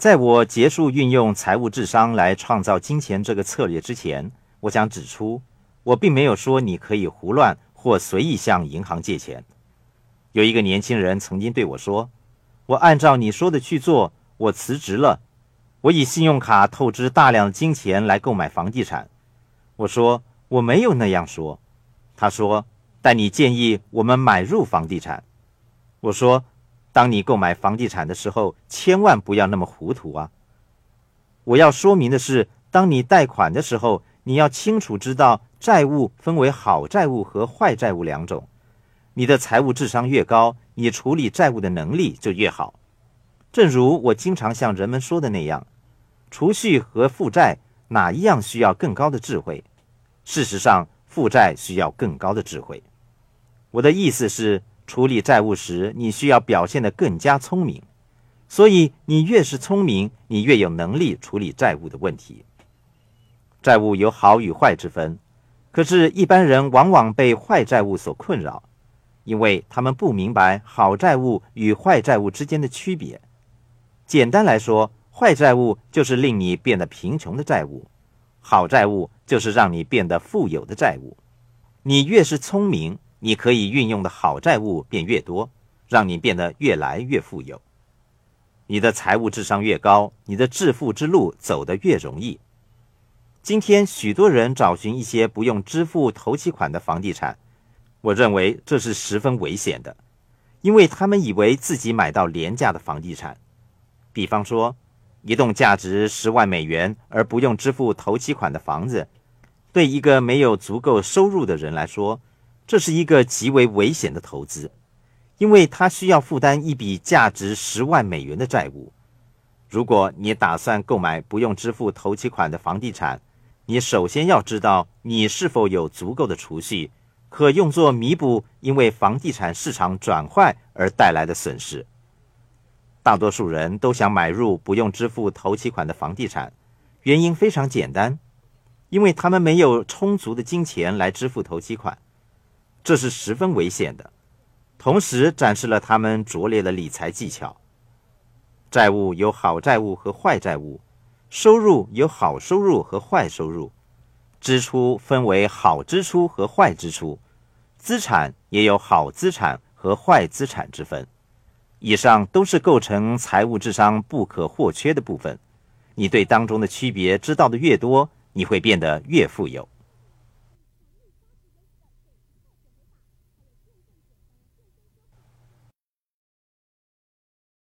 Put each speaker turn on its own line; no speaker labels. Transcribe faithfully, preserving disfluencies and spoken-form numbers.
在我结束运用财务智商来创造金钱这个策略之前，我想指出，我并没有说你可以胡乱或随意向银行借钱。有一个年轻人曾经对我说，我按照你说的去做，我辞职了，我以信用卡透支大量的金钱来购买房地产。我说我没有那样说。他说，但你建议我们买入房地产。我说，当你购买房地产的时候，千万不要那么糊涂啊。我要说明的是，当你贷款的时候，你要清楚知道债务分为好债务和坏债务两种。你的财务智商越高，你处理债务的能力就越好。正如我经常向人们说的那样，储蓄和负债哪一样需要更高的智慧？事实上，负债需要更高的智慧。我的意思是，处理债务时，你需要表现得更加聪明。所以，你越是聪明，你越有能力处理债务的问题。债务有好与坏之分，可是，一般人往往被坏债务所困扰，因为他们不明白好债务与坏债务之间的区别。简单来说，坏债务就是令你变得贫穷的债务，好债务就是让你变得富有的债务。你越是聪明，你可以运用的好债务便越多，让你变得越来越富有。你的财务智商越高，你的致富之路走得越容易。今天许多人找寻一些不用支付头期款的房地产，我认为这是十分危险的，因为他们以为自己买到廉价的房地产。比方说，一栋价值十万美元而不用支付头期款的房子，对一个没有足够收入的人来说，这是一个极为危险的投资，因为他需要负担一笔价值十万美元的债务。如果你打算购买不用支付头期款的房地产，你首先要知道你是否有足够的储蓄，可用作弥补因为房地产市场转坏而带来的损失。大多数人都想买入不用支付头期款的房地产，原因非常简单，因为他们没有充足的金钱来支付头期款。这是十分危险的，同时展示了他们拙劣的理财技巧。债务有好债务和坏债务，收入有好收入和坏收入，支出分为好支出和坏支出，资产也有好资产和坏资产之分。以上都是构成财务智商不可或缺的部分。你对当中的区别知道的越多，你会变得越富有。